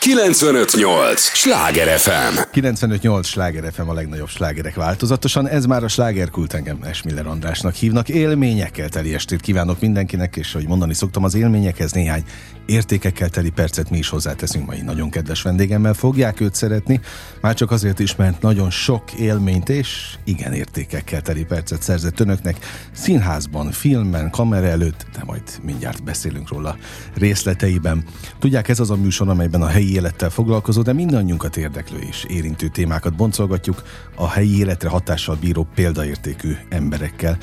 95.8 Sláger FM. 95.8 Sláger FM, a legnagyobb slágerek változatosan. Ez már a slágerkult, engem Esmiller Andrásnak hívnak. Élményekkel teli estét kívánok mindenkinek, és ahogy mondani szoktam, az élményekhez néhány értékekkel teli percet mi is hozzáteszünk. Mai nagyon kedves vendégemmel, fogják őt szeretni, már csak azért is, mert nagyon sok élményt és igen értékekkel teli percet szerzett önöknek színházban, filmben, kamera előtt, de majd mindjárt beszélünk róla részleteiben. Tudják, ez az a műsor, amelyben a helyi élettel foglalkozó, de mindannyiunkat érdeklő és érintő témákat boncolgatjuk a helyi életre hatással bíró példaértékű emberekkel.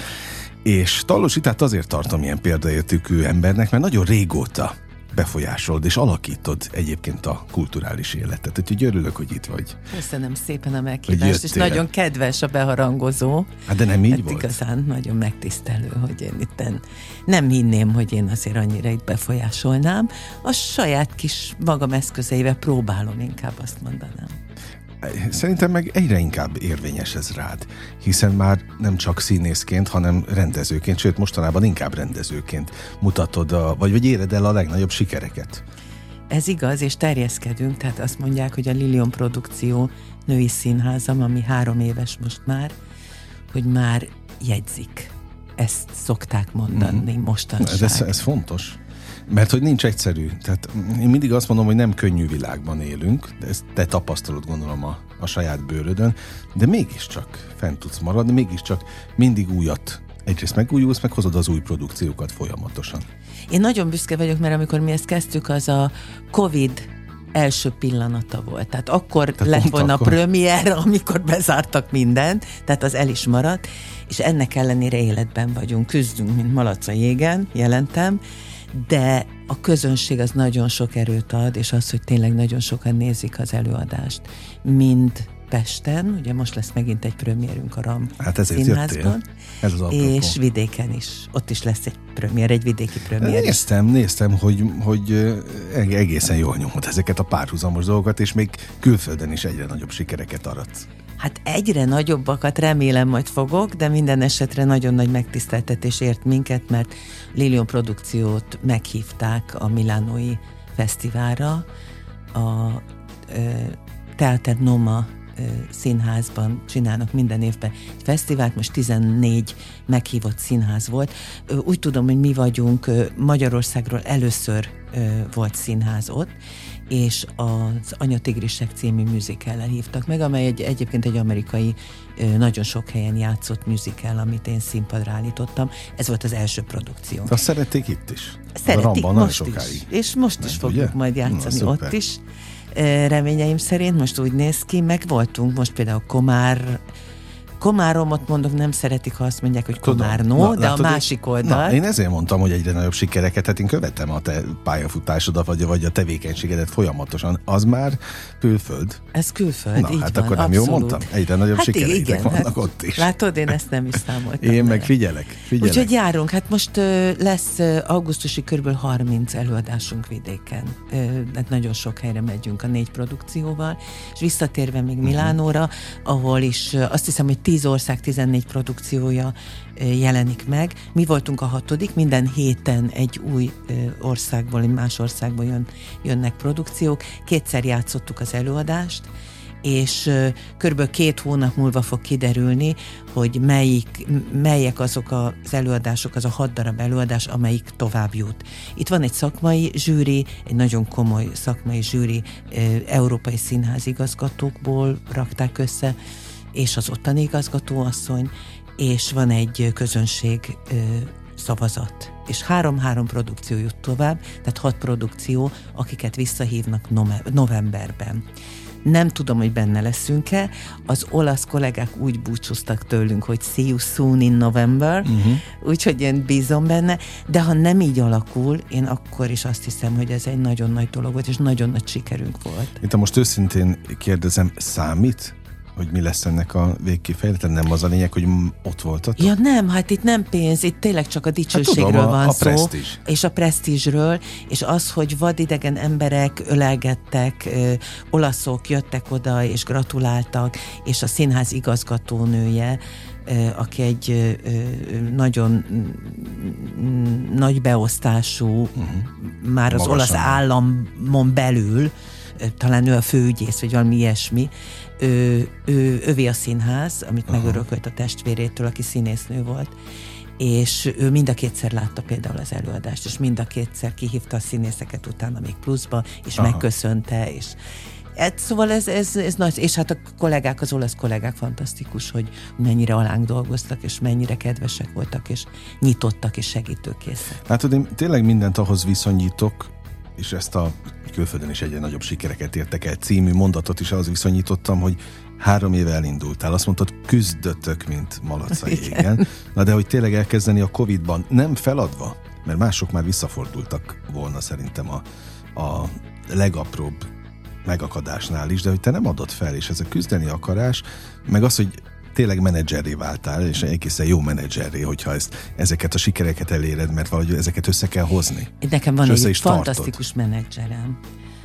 És Tallos Ritát azért tartom ilyen példaértékű embernek, mert nagyon régóta befolyásolod és alakítod egyébként a kulturális életet. Úgyhogy örülök, hogy itt vagy. Köszönöm szépen a meghívást, és nagyon kedves a beharangozó. Hát de nem így volt? Igazán nagyon megtisztelő, hogy én itt nem hinném, hogy én azért annyira itt befolyásolnám. A saját kis magam eszközeivel próbálom, inkább azt mondanám. Szerintem meg egyre inkább érvényes ez rád, hiszen már nem csak színészként, hanem rendezőként, sőt mostanában inkább rendezőként mutatod, vagy éred el a legnagyobb sikereket. Ez igaz, és terjeszkedünk, tehát azt mondják, hogy a Lilium Produkció női színházam, ami 3 éves most már, hogy már jegyzik. Ezt szokták mondani mostanság. Ez fontos. Mert hogy nincs egyszerű. Tehát én mindig azt mondom, hogy nem könnyű világban élünk, de ezt te tapasztalod, gondolom, a saját bőrödön, de mégiscsak fent tudsz maradni, mégiscsak mindig újat. Egyrészt megújulsz, meg hozod az új produkciókat folyamatosan. Én nagyon büszke vagyok, mert amikor mi ezt kezdtük, az a Covid első pillanata volt. Tehát akkor lett volna a premier, amikor bezártak mindent, tehát az el is maradt, és ennek ellenére életben vagyunk, küzdünk, mint malac a jégen, jelentem, de a közönség az nagyon sok erőt ad, és az, hogy tényleg nagyon sokan nézik az előadást. Mind Pesten, ugye most lesz megint egy premierünk a RAM színházban, ez az és vidéken is. Ott is lesz egy premier, egy vidéki premier. Néztem, hogy egészen jól nyomod ezeket a párhuzamos dolgokat, és még külföldön is egyre nagyobb sikereket aratsz. Hát egyre nagyobbakat remélem majd fogok, de minden esetre nagyon nagy megtiszteltetés ért minket, mert Lilium Produkciót meghívták a Milánói Fesztiválra, a Teater Noma színházban csinálnak minden évben egy fesztivált, most 14 meghívott színház volt. Úgy tudom, hogy mi vagyunk Magyarországról először volt színház ott, és az Anyatigrisek című musicallel hívtak meg, amely egyébként egy amerikai, nagyon sok helyen játszott musical, amit én színpadra állítottam. Ez volt az első produkció. Azt szerették itt is? Szeretik, most is. És most is fogjuk majd játszani ott is. Reményeim szerint most úgy néz ki, meg voltunk most például Komáromot mondok, nem szeretik, ha azt mondják, hogy Komárnó, de a másik oldal. Én ezért mondtam, hogy egyre nagyobb sikereket, hát én követem a te pályafutásodat, vagy a tevékenységedet folyamatosan. Az már külföld. Ez külföld, így hát van, akkor nem abszolút. Jól mondtam? Egyre nagyobb sikereitek vannak ott is. Látod, én ezt nem is számoltam. Én meg figyelek. Úgyhogy járunk, hát most lesz augusztusi körülbelül 30 előadásunk vidéken. Hát nagyon sok helyre megyünk a 4 produkcióval, és visszatérve még Milánóra, ahol is azt hiszem, hogy 10 ország 14 produkciója jelenik meg. Mi voltunk a 6., minden héten egy új országból, egy más országból jönnek produkciók. 2-szer játszottuk az előadást, és körülbelül 2 hónap múlva fog kiderülni, hogy melyek azok az előadások, az a 6 darab előadás, amelyik tovább jut. Itt van egy szakmai zsűri, egy nagyon komoly szakmai zsűri, európai színház igazgatókból rakták össze, és az ottani igazgatóasszony, és van egy közönség szavazat. És 3 produkció jut tovább, tehát 6 produkció, akiket visszahívnak novemberben. Nem tudom, hogy benne leszünk-e. Az olasz kollégák úgy búcsúztak tőlünk, hogy see you soon in November, úgyhogy én bízom benne, de ha nem így alakul, én akkor is azt hiszem, hogy ez egy nagyon nagy dolog volt, és nagyon nagy sikerünk volt. Itt most őszintén kérdezem, számít, hogy mi lesz ennek a végkifejlete? Nem az a lényeg, hogy ott voltatok? Ja nem, hát itt nem pénz, itt tényleg csak a dicsőségről van szó. Presztízs. És a presztízsről, és az, hogy vadidegen emberek ölelgettek, olaszok jöttek oda, és gratuláltak, és a színház igazgatónője, aki egy nagyon nagy beosztású, már az olasz államon belül talán ő a főügyész, vagy valami ilyesmi, övé a színház, amit megörökölt a testvérétől, aki színésznő volt, és ő mind a kétszer látta például az előadást, és mind a kétszer kihívta a színészeket utána még pluszba, és megköszönte, és szóval ez nagy, és hát a kollégák, az olasz kollégák fantasztikus, hogy mennyire alánk dolgoztak, és mennyire kedvesek voltak, és nyitottak, és segítőkészek. Látod, én tényleg mindent ahhoz viszonyítok, és ezt a külföldön is egyre nagyobb sikereket értek el című mondatot is ahhoz viszonyítottam, hogy 3 éve elindultál. Azt mondtad, küzdöttök, mint malac a jégen. Na de hogy tényleg elkezdeni a Covid-ban, nem feladva, mert mások már visszafordultak volna szerintem a legapróbb megakadásnál is, de hogy te nem adod fel, és ez a küzdeni akarás, meg az, hogy tényleg menedzserré váltál, és egészen jó menedzserré, hogyha ezeket a sikereket eléred, mert valahogy ezeket össze kell hozni. Nekem van egy fantasztikus menedzserem,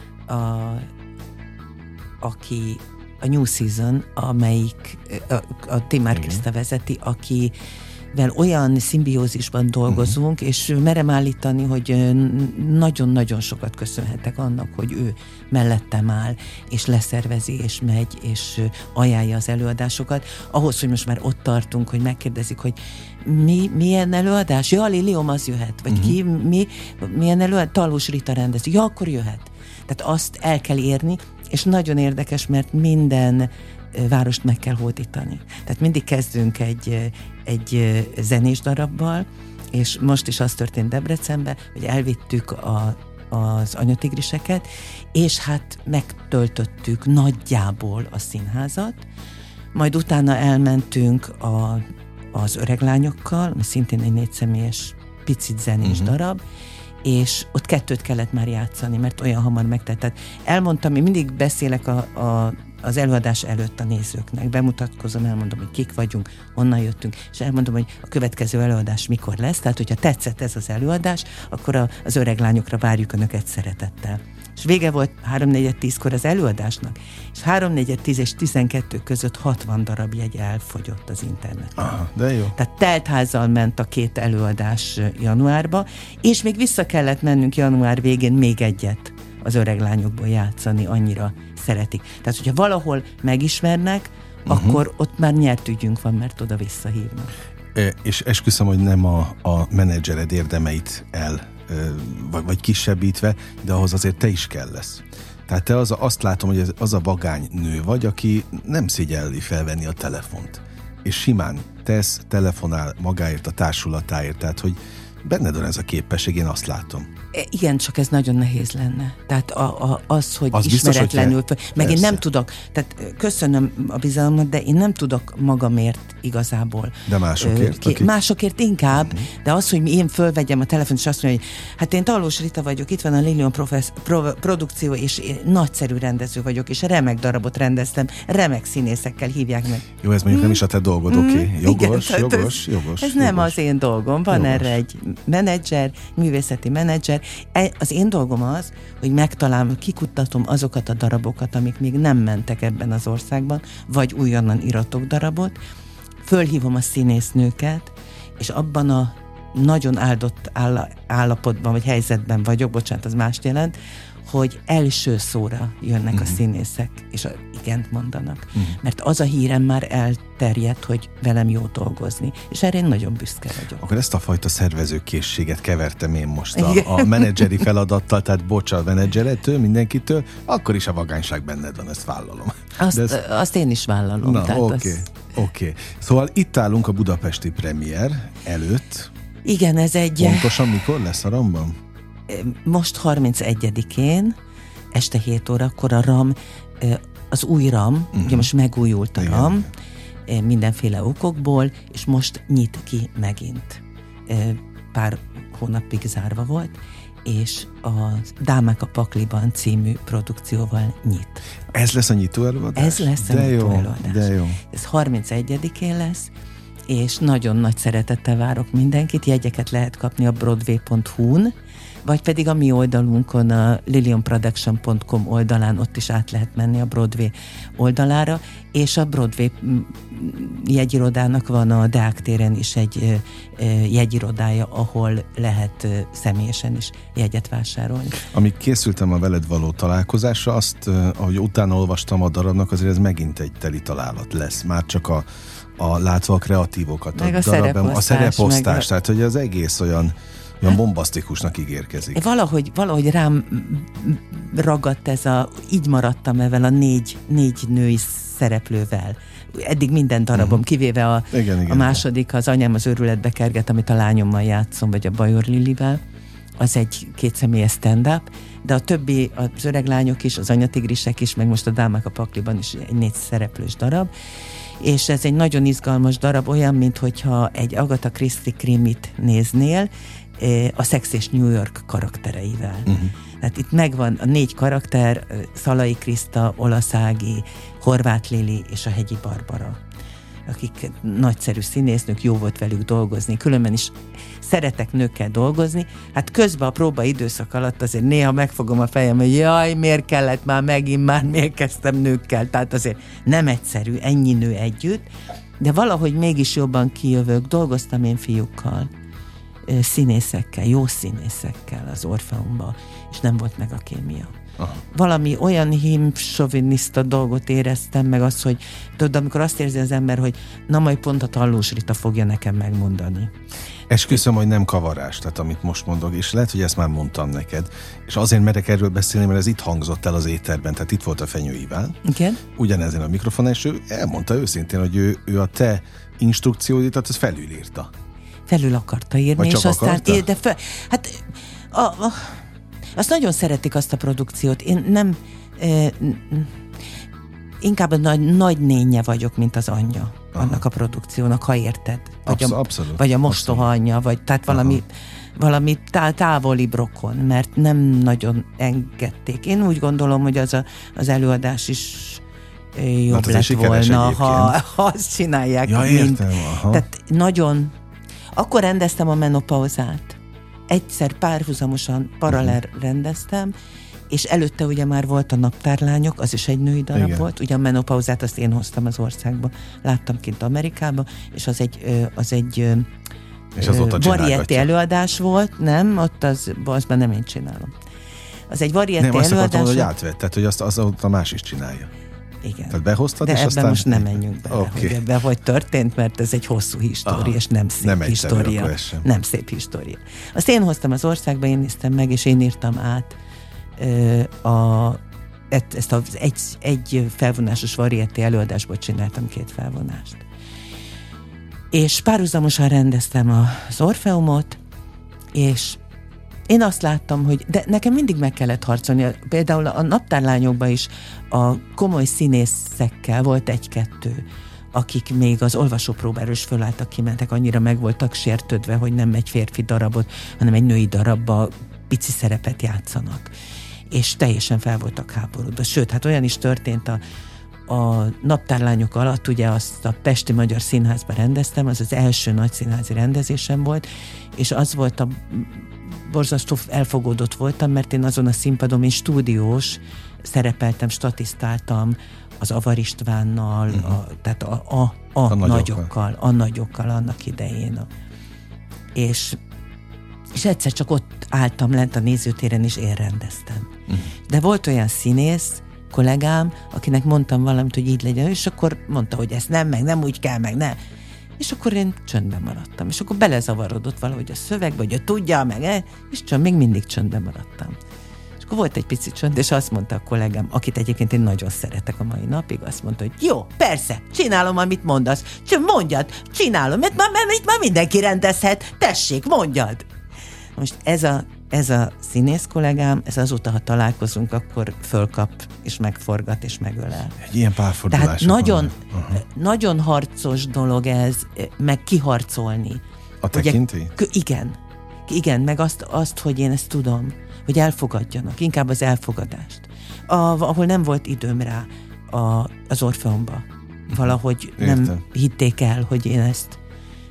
aki a New Season, amelyik a Timár Kriszta vezeti, akivel olyan szimbiózisban dolgozunk, és merem állítani, hogy nagyon-nagyon sokat köszönhetek annak, hogy ő mellettem áll, és leszervezi, és megy, és ajánlja az előadásokat. Ahhoz, hogy most már ott tartunk, hogy megkérdezik, hogy milyen előadás? Ja, Lilium, az jöhet. Vagy milyen előadás? Talós Rita rendez. Ja, akkor jöhet. Tehát azt el kell érni, és nagyon érdekes, mert minden várost meg kell hódítani. Tehát mindig kezdünk egy zenés darabbal, és most is az történt Debrecenben, hogy elvittük az Anyatigriseket, és hát megtöltöttük nagyjából a színházat, majd utána elmentünk az Öreglányokkal, ami szintén egy 4 személyes picit zenés darab, és ott 2 kellett már játszani, mert olyan hamar megtett. Tehát elmondtam, én mindig beszélek az előadás előtt a nézőknek, bemutatkozom, elmondom, hogy kik vagyunk, honnan jöttünk, és elmondom, hogy a következő előadás mikor lesz, tehát hogyha tetszett ez az előadás, akkor az Öreglányokra várjuk Önöket szeretettel. És vége volt 3-4-10-kor az előadásnak, és 3-4-10 és 12 között 60 darab jegy elfogyott az interneten. Aha, de jó. Tehát teltházzal ment a 2 előadás januárba, és még vissza kellett mennünk január végén még egyet az Öreglányokból játszani, annyira szeretik. Tehát, hogyha valahol megismernek, akkor ott már nyert ügyünk van, mert oda visszahívnak. És esküszöm, hogy nem a menedzsered érdemeit vagy kisebbítve, de ahhoz azért te is kell lesz. Tehát te azt látom, hogy az a vagány nő vagy, aki nem szégyelli felvenni a telefont. És simán tesz, telefonál magáért, a társulatáért, tehát hogy benned van ez a képesség, én azt látom. Igen, csak ez nagyon nehéz lenne. Tehát az, hogy az ismeretlenül... Biztos, meg én nem tudok, tehát köszönöm a bizalmat, de én nem tudok magamért igazából. De másokért? Másokért inkább, de az, hogy én fölvegyem a telefont, és azt mondja, hogy hát én Talós Rita vagyok, itt van a Lilium produkció, és én nagyszerű rendező vagyok, és remek darabot rendeztem, remek színészekkel hívják meg. Jó, ez mondjuk nem is a te dolgod, oké. Jogos. Ez nem az én dolgom, van erre egy menedzser, művészeti menedzser. Az én dolgom az, hogy megtalálom, kikutatom azokat a darabokat, amik még nem mentek ebben az országban, vagy újonnan iratok darabot, fölhívom a színésznőket, és abban a nagyon áldott állapotban, vagy helyzetben vagyok, bocsánat, az mást jelent, hogy első szóra jönnek a színészek, és igent mondanak. Mert az a hírem már elterjedt, hogy velem jó dolgozni. És erre én nagyon büszke vagyok. Akkor ezt a fajta szervezőkészséget kevertem én most a menedzseri feladattal, tehát bocsánat, menedzserettől, mindenkitől, akkor is a vagányság benned van, ezt vállalom. Azt én is vállalom. Na, oké. Szóval itt állunk a budapesti premier előtt. Igen, ez egy... Pontosan mikor lesz a RAM-ban? Most 31-én, este 7 órakor a RAM, az új RAM, ugye most megújult a RAM, mindenféle okokból, és most nyit ki megint. Pár hónapig zárva volt, és a Dámák a Pakliban című produkcióval nyit. Ez lesz a nyitó előadás? Ez lesz a nyitó előadás. De jó. Ez 31-én lesz, és nagyon nagy szeretettel várok mindenkit, jegyeket lehet kapni a broadway.hu-n, vagy pedig a mi oldalunkon, a lilionproduction.com oldalán, ott is át lehet menni a Broadway oldalára, és a Broadway jegyirodának van a Deák téren is egy jegyirodája, ahol lehet személyesen is jegyet vásárolni. Amíg készültem a veled való találkozásra, azt, ahogy utána olvastam a darabnak, azért ez megint egy teli találat lesz. Már csak látva a kreatívokat, meg a szereposztás, tehát hogy az egész olyan bombasztikusnak ígérkezik. Valahogy rám ragadt így maradtam ezzel a négy női szereplővel. Eddig minden darabom, kivéve a második, az Anyám az őrületbe kerget, amit a lányommal játszom, vagy a Bajor Lilivel, az egy kétszemélyes stand-up, de a többi, az öreg lányok is, az Anyatigrisek is, meg most a Dámák a pakliban is egy 4 szereplős darab, és ez egy nagyon izgalmas darab, olyan, minthogyha egy Agatha Christie krimit néznél, a Sex és New York karaktereivel. Tehát itt megvan a 4 karakter, Szalai Kriszta, Olasz Ági, Horváth Lili és a Hegyi Barbara, akik nagyszerű színésznők, jó volt velük dolgozni, különben is szeretek nőkkel dolgozni, hát közben a próba időszak alatt azért néha megfogom a fejem, hogy jaj, miért kellett már megint, miért kezdtem nőkkel, tehát azért nem egyszerű, ennyi nő együtt, de valahogy mégis jobban kijövök, dolgoztam én fiúkkal, színészekkel, jó színészekkel az Orfeumban, és nem volt meg a kémia. Aha. Valami olyan hímsoviniszta dolgot éreztem meg azt, hogy tudod, amikor azt érzi az ember, hogy na majd pont a Tallós Rita fogja nekem megmondani. Esküszöm, hogy nem kavarás, tehát amit most mondok, és lehet, hogy ezt már mondtam neked, és azért merek erről beszélni, mert ez itt hangzott el az éterben, tehát itt volt a Fenyő Iván. Igen. Ugyanezen a mikrofonon, és ő elmondta őszintén, hogy ő a te instrukcióidat, ezt felülírta. Felül akarta írni, és aztán azt nagyon szeretik, azt a produkciót. Én nem inkább a nagynénye vagyok, mint az anyja annak a produkciónak, ha érted. Abszolút. Vagy a mostoha anyja, vagy tehát valami távolibb rokon, mert nem nagyon engedték. Én úgy gondolom, hogy az előadás is jobb lett volna, ha azt csinálják. Ja, értem. Tehát nagyon. Akkor rendeztem a menopauzát. Egyszer párhuzamosan paralel rendeztem, és előtte ugye már volt a Naptárlányok, az is egy női darab volt. Ugye a menopauzát azt én hoztam az országba, láttam kint Amerikába, és az egy varieté előadás volt, nem? Ott azban nem én csinálom. Az egy varieté előadás. Nem, azt akartam, hogy átvett, tehát hogy azt a más is csinálja. Igen. Tehát behoztad, de és ebben aztán... most nem menjünk bele, hogy ebben hogy történt, mert ez egy hosszú história, és nem szép história. Nem szép história. Azt én hoztam az országba, én néztem meg, és én írtam át ezt az egy felvonásos varieté előadásból csináltam 2 felvonást. És párhuzamosan rendeztem az Orfeumot, és én azt láttam, hogy de nekem mindig meg kellett harcolni. Például a Naptárlányokban is a komoly színészekkel volt 1-2, akik még az olvasópróbáról is fölálltak, kimentek, annyira meg voltak sértődve, hogy nem egy férfi darabot, hanem egy női darabba pici szerepet játszanak. És teljesen fel voltak háborodva. Sőt, hát olyan is történt a Naptárlányok alatt, ugye azt a Pesti Magyar Színházban rendeztem, az az első nagy színházi rendezésem volt, és az volt borzasztó elfogódott voltam, mert én azon a színpadon én stúdiós szerepeltem, statisztáltam az Avar Istvánnal, tehát a nagyokkal annak idején. És egyszer csak ott álltam lent a nézőtéren, és én rendeztem. De volt olyan színész, kollégám, akinek mondtam valamit, hogy így legyen, és akkor mondta, hogy ezt nem úgy kell, meg nem. És akkor én csöndben maradtam. És akkor belezavarodott valahogy a szövegbe, hogy ő tudja, meg és még mindig csöndben maradtam. És akkor volt egy pici csönd, és azt mondta a kollégám, akit egyébként én nagyon szeretek a mai napig, azt mondta, hogy jó, persze, csinálom, amit mondasz. Mondjad, csinálom, mert már mindenki rendezhet. Tessék, mondjad! Most ez a színész kollégám, ez azóta, ha találkozunk, akkor fölkap, és megforgat, és megölel. Egy ilyen párfordulás. Tehát nagyon harcos dolog ez, meg kiharcolni. A tekintély? Igen, meg azt, hogy én ezt tudom, hogy elfogadjanak, inkább az elfogadást. Ahol nem volt időm rá az Orfeumba. Valahogy nem hitték el, hogy én ezt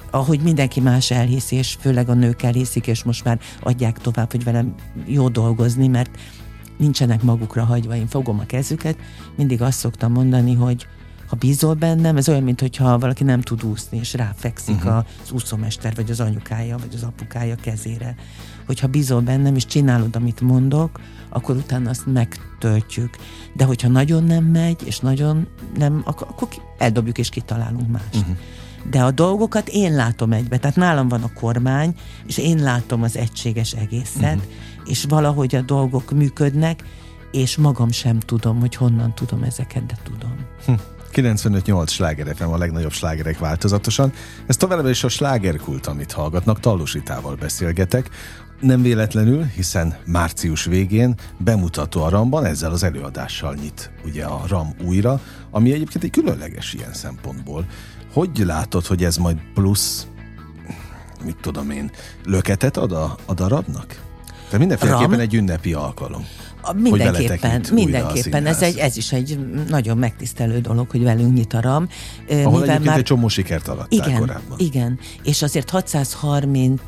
ahogy mindenki más elhiszi, és főleg a nők elhiszik, és most már adják tovább, hogy velem jó dolgozni, mert nincsenek magukra hagyva, én fogom a kezüket. Mindig azt szoktam mondani, hogy ha bízol bennem, ez olyan, mintha valaki nem tud úszni, és ráfekszik az úszómester, vagy az anyukája, vagy az apukája kezére. Hogyha bízol bennem, és csinálod, amit mondok, akkor utána azt megtöltjük. De hogyha nagyon nem megy, és nagyon nem, akkor eldobjuk, és kitalálunk mást. De a dolgokat én látom egybe, tehát nálam van a kormány, és én látom az egységes egészet, és valahogy a dolgok működnek, és magam sem tudom, hogy honnan tudom ezeket, de tudom. 95-8 Sláger FM, a legnagyobb slágerek változatosan. Ez továbbra is a slágerkult, amit hallgatnak. Tallos Ritával beszélgetek. Nem véletlenül, hiszen március végén bemutató a RAM-ban, ezzel az előadással nyit ugye a RAM újra, ami egyébként egy különleges ilyen szempontból. Hogy látod, hogy ez majd plusz, mit tudom én, löketet ad a darabnak? Tehát mindenféleképpen egy ünnepi alkalom. Mindenképpen. Ez is egy nagyon megtisztelő dolog, hogy velünk nyit a RAM. Ahol egyébként már egy csomó sikert adtál korábban. Igen, és azért 630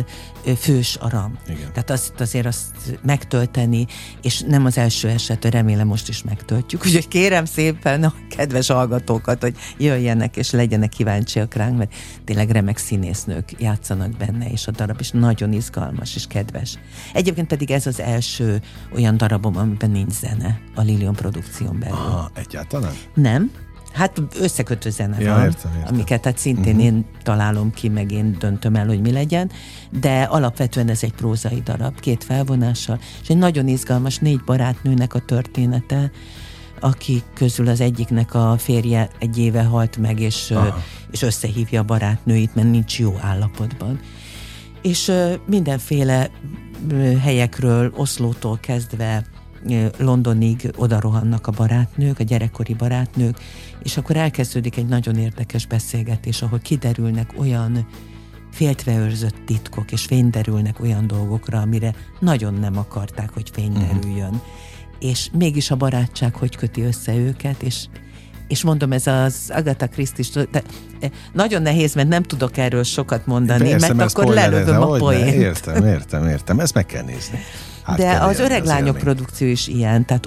fős a RAM. Igen. Tehát azért azt megtölteni, és nem az első eset, remélem most is megtöltjük. Úgyhogy kérem szépen a kedves hallgatókat, hogy jöjjenek és legyenek kíváncsiak ránk, mert tényleg remek színésznők játszanak benne, és a darab is nagyon izgalmas és kedves. Egyébként pedig ez az első olyan darabom, amiben nincs zene a Lilium produkción belül. Egyáltalán? Nem. Hát összekötő zene van, értem. Amiket hát szintén én találom ki, meg én döntöm el, hogy mi legyen, de alapvetően ez egy prózai darab, 2 felvonással, és egy nagyon izgalmas 4 barátnőnek a története, akik közül az egyiknek a férje 1 éve halt meg, és összehívja a barátnőit, mert nincs jó állapotban. És mindenféle helyekről, Oszlótól kezdve Londonig oda rohannak a barátnők, a gyerekkori barátnők, és akkor elkezdődik egy nagyon érdekes beszélgetés, ahol kiderülnek olyan féltve őrzött titkok, és fényderülnek olyan dolgokra, amire nagyon nem akarták, hogy fényderüljön. És mégis a barátság hogy köti össze őket, és mondom, ez az Agatha Christie, nagyon nehéz, mert nem tudok erről sokat mondani, persze, mert akkor lelövöm a poént. Értem, ezt meg kell nézni. De az Öreg Lányok produkció is ilyen, tehát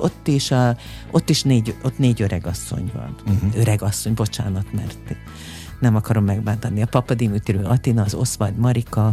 ott is 4 öregasszony van. Öregasszony, bocsánat, mert nem akarom megbántani. A Papa Dimitriő Atina, az Oswald Marika,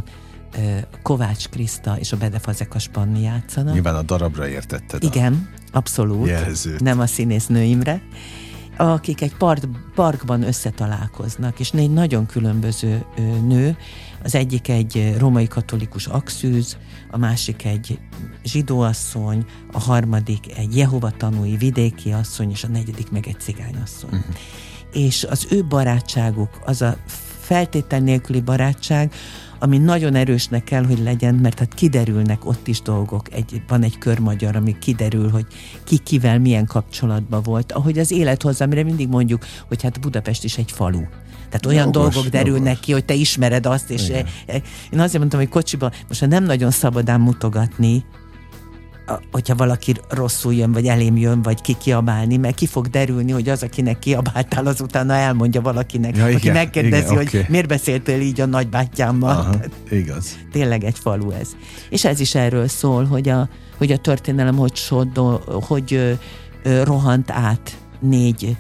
Kovács Kriszta és a Bede Fazekas Panni játszanak. Nyilván a darabra értetted. Igen, abszolút. Jelzőt. Nem a színésznőimre. Akik egy parkban összetalálkoznak, és 4 nagyon különböző nő. Az egyik egy római katolikus akszűz, a másik egy zsidóasszony, a harmadik egy Jehova tanúi vidéki asszony, és a negyedik meg egy cigányasszony. És az ő barátságuk, az a feltétel nélküli barátság, ami nagyon erősnek kell, hogy legyen, mert hát kiderülnek ott is dolgok. Van egy körmagyar, ami kiderül, hogy ki kivel milyen kapcsolatban volt. Ahogy az élet hozzá, amire mindig mondjuk, hogy hát Budapest is egy falu. Tehát olyan dolgok derülnek ki, hogy te ismered azt, és én azért mondtam, hogy kocsiban most nem nagyon szabadán mutogatni, hogyha valaki rosszul jön, vagy elém jön, vagy kiabálni, mert ki fog derülni, hogy az, akinek kiabáltál, az utána elmondja valakinek, aki megkérdezi, hogy miért beszéltél így a nagybátyámmal. Igaz. Tényleg egy falu ez. És ez is erről szól, hogy a történelem hogy rohant át 4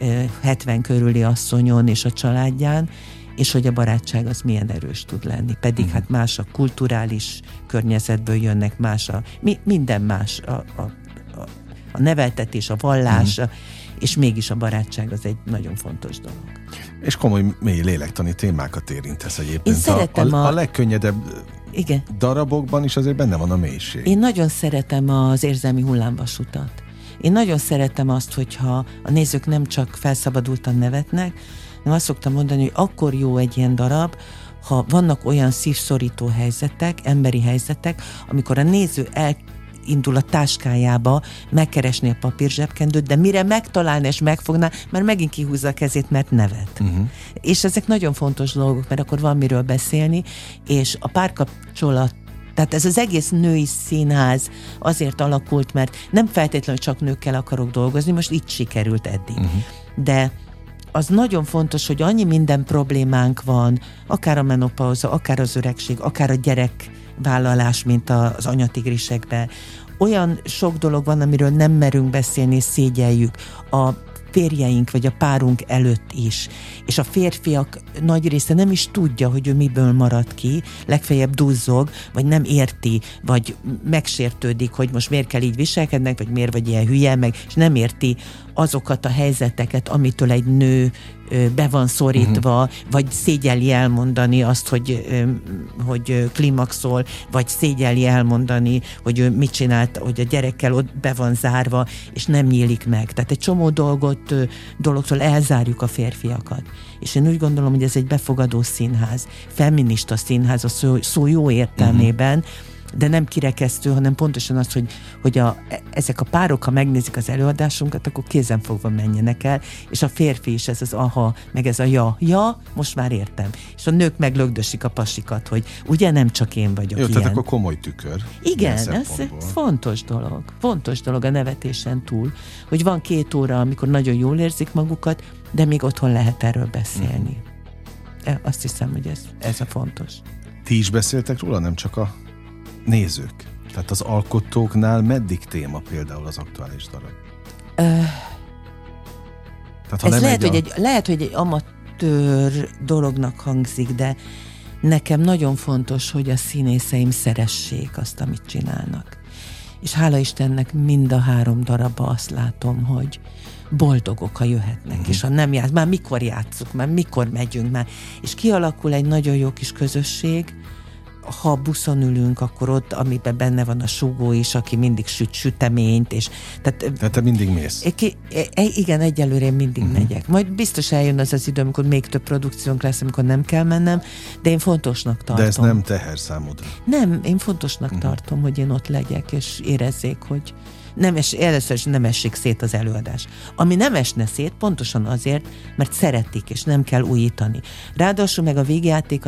70 körüli asszonyon és a családján, és hogy a barátság az milyen erős tud lenni. Pedig hát más a kulturális környezetből jönnek, más minden más, a neveltetés, a vallás, és mégis a barátság az egy nagyon fontos dolog. És komoly, mély lélektani témákat érintesz egyébként. Én szeretem a legkönnyedebb darabokban is azért benne van a mélység. Én nagyon szeretem az érzelmi hullámvasutat. Én nagyon szeretem azt, hogyha a nézők nem csak felszabadultan nevetnek, hanem azt szoktam mondani, hogy akkor jó egy ilyen darab, ha vannak olyan szívszorító helyzetek, emberi helyzetek, amikor a néző elindul a táskájába megkeresni a papírzsebkendőt, de mire megtalálna és megfogná, már megint kihúzza a kezét, mert nevet. És ezek nagyon fontos dolgok, mert akkor van miről beszélni, és a párkapcsolat, tehát ez az egész női színház azért alakult, mert nem feltétlenül csak nőkkel akarok dolgozni, most így sikerült eddig. De az nagyon fontos, hogy annyi minden problémánk van, akár a menopauza, akár az öregség, akár a gyerekvállalás, mint az anyatigrisekben. Olyan sok dolog van, amiről nem merünk beszélni, és szégyeljük a férjeink vagy a párunk előtt is. És a férfiak nagy része nem is tudja, hogy ő miből marad ki, legfeljebb duzzog, vagy nem érti, vagy megsértődik, hogy most miért kell így viselkednek, vagy miért vagy ilyen hülye, meg, és nem érti azokat a helyzeteket, amitől egy nő be van szorítva, vagy szégyelli elmondani azt, hogy klimaxol, vagy szégyelli elmondani, hogy ő mit csinált, hogy a gyerekkel ott be van zárva, és nem nyílik meg. Tehát egy csomó dologtól elzárjuk a férfiakat. És én úgy gondolom, hogy ez egy befogadó színház, feminista színház a szó jó értelmében, de nem kirekesztő, hanem pontosan az, hogy ezek a párok, ha megnézik az előadásunkat, akkor kézenfogva menjenek el, és a férfi is ez az aha, meg ez a ja, most már értem. És a nők meglögdösik a pasikat, hogy ugye nem csak én vagyok ilyen. Tehát akkor komoly tükör. Igen, ez fontos dolog. Fontos dolog a nevetésen túl, hogy van 2 óra, amikor nagyon jól érzik magukat, de még otthon lehet erről beszélni. Azt hiszem, hogy ez a fontos. Ti is beszéltek róla, nem csak a nézők? Tehát az alkotóknál meddig téma például az aktuális darab? Tehát, ez lehet, hogy egy amatőr dolognak hangzik, de nekem nagyon fontos, hogy a színészeim szeressék azt, amit csinálnak. És hála Istennek mind a 3 darabban azt látom, hogy boldogok, ha jöhetnek, és ha nem játsz, már mikor játsszuk, már mikor megyünk, már. És kialakul egy nagyon jó kis közösség. Ha buszon ülünk, akkor ott, amiben benne van a súgó is, aki mindig süt süteményt, és tehát te mindig mész? Igen, egyelőre én mindig megyek. Majd biztos eljön az idő, amikor még több produkciónk lesz, amikor nem kell mennem, de én fontosnak tartom. De ez nem teher számodra? Nem, én fontosnak tartom, hogy én ott legyek, és érezzék, hogy először is nem essék szét az előadás. Ami nem esne szét, pontosan azért, mert szeretik, és nem kell újítani. Ráadásul meg a végjáték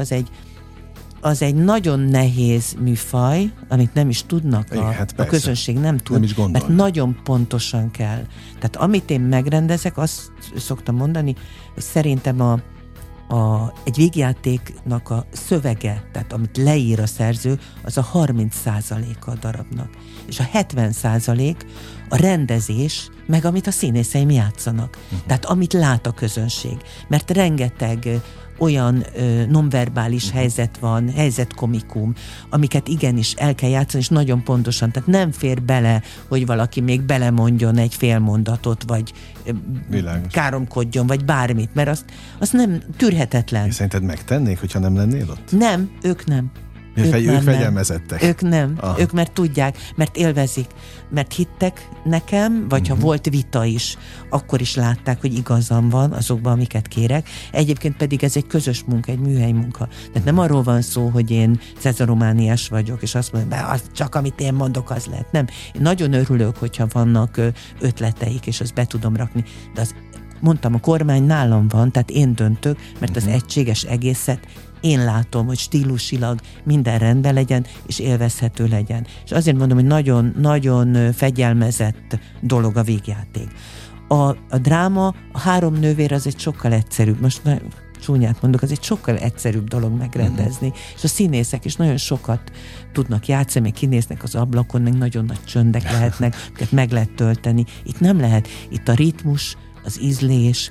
az egy nagyon nehéz műfaj, amit nem is tudnak a közönség, nem tud, mert nagyon pontosan kell. Tehát amit én megrendezek, azt szoktam mondani, hogy szerintem egy végjátéknak a szövege, tehát amit leír a szerző, az a 30%-a a darabnak. És a 70% a rendezés, meg amit a színészeim játszanak. Tehát amit lát a közönség. Mert rengeteg olyan nonverbális helyzet van, helyzetkomikum, amiket igenis el kell játszani, és nagyon pontosan. Tehát nem fér bele, hogy valaki még belemondjon egy fél mondatot, vagy káromkodjon, vagy bármit, mert azt nem tűrhetetlen. És szerinted megtennék, hogyha nem lennél ott? Nem, ők nem. Ők fegyelmezettek. Ők nem. Ők mert tudják, mert élvezik, mert hittek nekem, vagy ha volt vita is, akkor is látták, hogy igazam van azokban, amiket kérek. Egyébként pedig ez egy közös munka, egy műhely munka. Tehát nem arról van szó, hogy én cezaromániás vagyok, és azt mondom, csak amit én mondok, az lehet. Nem. Én nagyon örülök, hogyha vannak ötleteik, és azt be tudom rakni. De mondtam, a kormány nálam van, tehát én döntök, mert az egységes egészet én látom, hogy stílusilag minden rendben legyen, és élvezhető legyen. És azért mondom, hogy nagyon fegyelmezett dolog a végjáték. A dráma, a 3 nővér az egy sokkal egyszerűbb, most csúnyát mondok, az egy sokkal egyszerűbb dolog megrendezni, és a színészek is nagyon sokat tudnak játszani, még kinéznek az ablakon, meg nagyon nagy csöndek lehetnek, amiket meg lehet tölteni. Itt nem lehet. Itt a ritmus, az ízlés,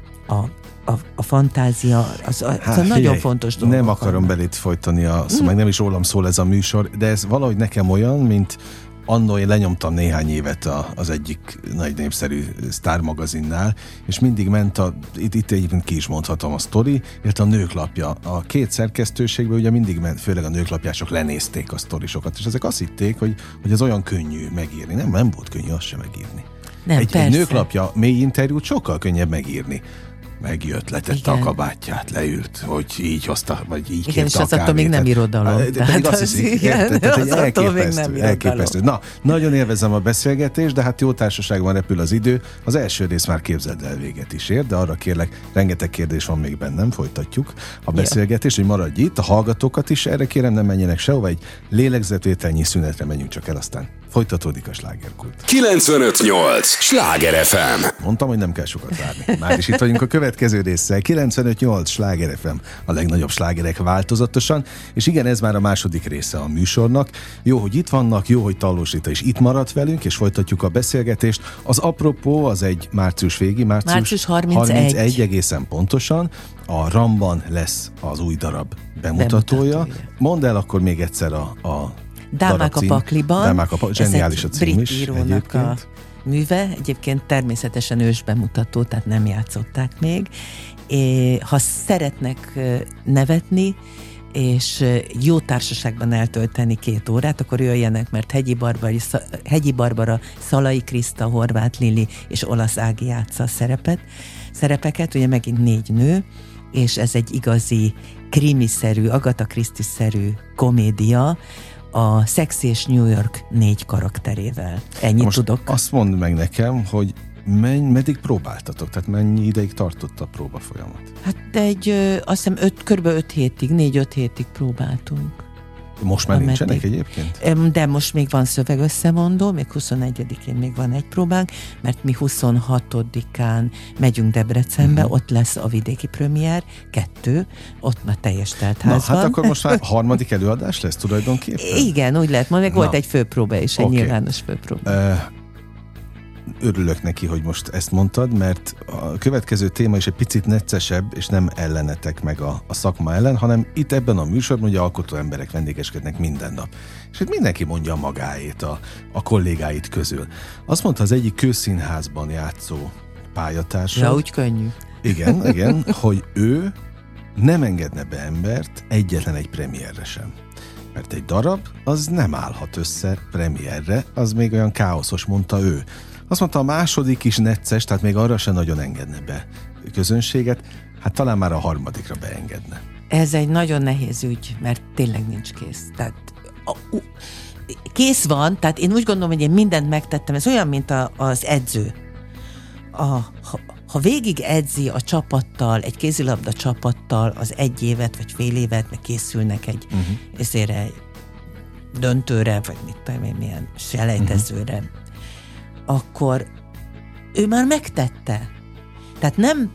a fantázia, az nagyon fontos dolog. Nem akarom belét folytani meg nem is rólam szól ez a műsor, de ez valahogy nekem olyan, mint annól én lenyomtam néhány évet az egyik nagy népszerű sztármagazinnál, és mindig ment itt egyébként ki is mondhatom a sztori, illetve a Nőklapja. A 2 szerkesztőségben ugye mindig ment, főleg a nőklapjások lenézték a sztorisokat, és ezek azt hitték, hogy ez olyan könnyű megírni. Nem volt könnyű azt sem megírni. Egy Nőklapja mély interjút sokkal könnyebb megírni. Megjött, letette a kabátját, leült, hogy így hozta, vagy így igen, és az attól még nem irodalom. Pedig azt hiszik, elképesztő. Na, nagyon élvezem a beszélgetést, de hát jó társaságban repül az idő. Az első rész már képzeld el véget is ér, de arra kérlek, rengeteg kérdés van még bennem, folytatjuk a beszélgetést, hogy maradj itt, a hallgatókat is erre kérem, nem menjenek sehova, egy lélegzetvételnyi szünetre menjünk csak el, aztán Folytatódik a slágerkult. 95.8 Sláger FM. Mondtam, hogy nem kell sokat várni. Már is itt vagyunk a következő résszel. 95.8 Sláger FM, a legnagyobb slágerek változatosan, és igen, ez már a második része a műsornak. Jó, hogy itt vannak, jó, hogy Tallós Rita is itt maradt velünk, és folytatjuk a beszélgetést. Az apropó az egy március végi, március 31 egészen pontosan. A RAM-ban lesz az új darab bemutatója. Mondd el akkor még egyszer a Dámák a pakliban. Zseniális a cím is egyébként. A műve, egyébként természetesen ősbemutató, tehát nem játszották még. Ha szeretnek nevetni, és jó társaságban eltölteni 2 órát, akkor jöjjenek, mert Hegyi Barbara, Szalai Kriszta, Horváth Lili és Olasz Ági játsza a szerepeket, ugye megint 4 nő, és ez egy igazi krimiszerű, Agatha Christie-szerű komédia, a Sex és New York 4 karakterével. Ennyit most tudok. Azt mondd meg nekem, hogy meddig próbáltatok? Tehát mennyi ideig tartott a próba folyamat? Hát azt hiszem kb. 5 hétig, 4-5 hétig próbáltunk. Most már nincsenek egyébként? De most még van szövegösszemondó, még 21-én még van egy próbánk, mert mi 26-án megyünk Debrecenbe, ott lesz a vidéki premier, 2, ott már teljes teltház van. Hát akkor most már harmadik előadás lesz tulajdonképpen? Igen, úgy lehet, majd meg volt egy főpróba és egy nyilvános főpróba. Örülök neki, hogy most ezt mondtad, mert a következő téma is egy picit neccesebb, és nem ellenetek meg a szakma ellen, hanem itt ebben a műsorban ugye alkotó emberek vendégeskednek minden nap. És itt mindenki mondja magáét a kollégáit közül. Azt mondta az egyik közszínházban játszó pályatársa. Ja, úgy könnyű. Igen, hogy ő nem engedne be embert egyetlen egy premierre sem. Mert egy darab, az nem állhat össze premierre, az még olyan káoszos, mondta ő. Azt mondta, a második is necces, tehát még arra sem nagyon engedne be közönséget, hát talán már a harmadikra beengedne. Ez egy nagyon nehéz ügy, mert tényleg nincs kész. Tehát kész van, tehát én úgy gondolom, hogy én mindent megtettem, ez olyan, mint az edző. Ha végig edzi a csapattal, egy kézilabda csapattal az 1 évet, vagy fél évet, meg készülnek egy döntőre, vagy mit tudom én, milyen selejtezőre, akkor ő már megtette. Tehát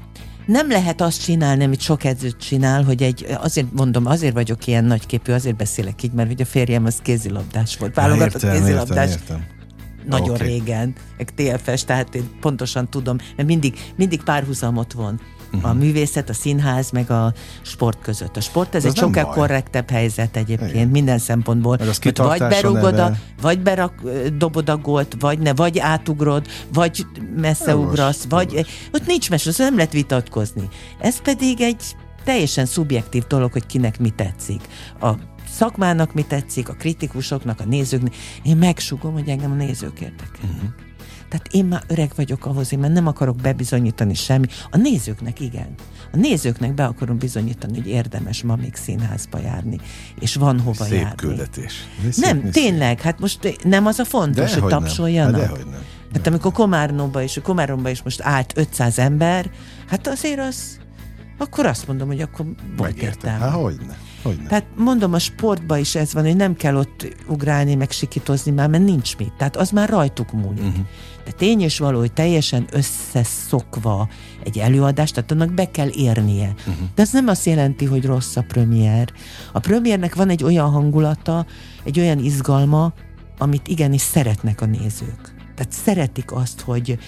nem lehet azt csinálni, amit sok edzőt csinál, hogy azért mondom, azért vagyok ilyen nagyképű, azért beszélek így, mert ugye a férjem az kézilabdás volt, válogatott kézilabdás. Értem. Nagyon régen, meg TFS, tehát én pontosan tudom, mert mindig párhuzamot von a művészet, a színház, meg a sport között. A sport ez egy sokkal korrektebb helyzet egyébként, igen, minden szempontból. Vagy berúgod, vagy dobod a gólt, vagy átugrod, vagy messze ugrasz, vagy ott nincs mese, nem lehet vitatkozni. Ez pedig egy teljesen szubjektív dolog, hogy kinek mi tetszik. A szakmának mi tetszik, a kritikusoknak, a nézőknek. Én megsugom, hogy engem a nézők érdekelnek. Tehát én már öreg vagyok ahhoz, én már nem akarok bebizonyítani semmi. A nézőknek igen. A nézőknek be akarom bizonyítani, hogy érdemes ma még színházba járni. És van hova szép járni. Küldetés. Nem, tényleg, hát most nem az a fontos, hogy tapsoljanak. Dehogy nem. Hát amikor Komáromba is most állt 500 ember, hát azért az, akkor azt mondom, hogy akkor volt értelme. Hát hogyne. Tehát mondom, a sportban is ez van, hogy nem kell ott ugrálni, meg sikítozni már, mert nincs mit. Tehát az már rajtuk múlik. De tény és való, hogy teljesen összeszokva egy előadást, tehát annak be kell érnie. De ez nem azt jelenti, hogy rossz a premier. A premiernek van egy olyan hangulata, egy olyan izgalma, amit igenis szeretnek a nézők. Tehát szeretik azt, hogy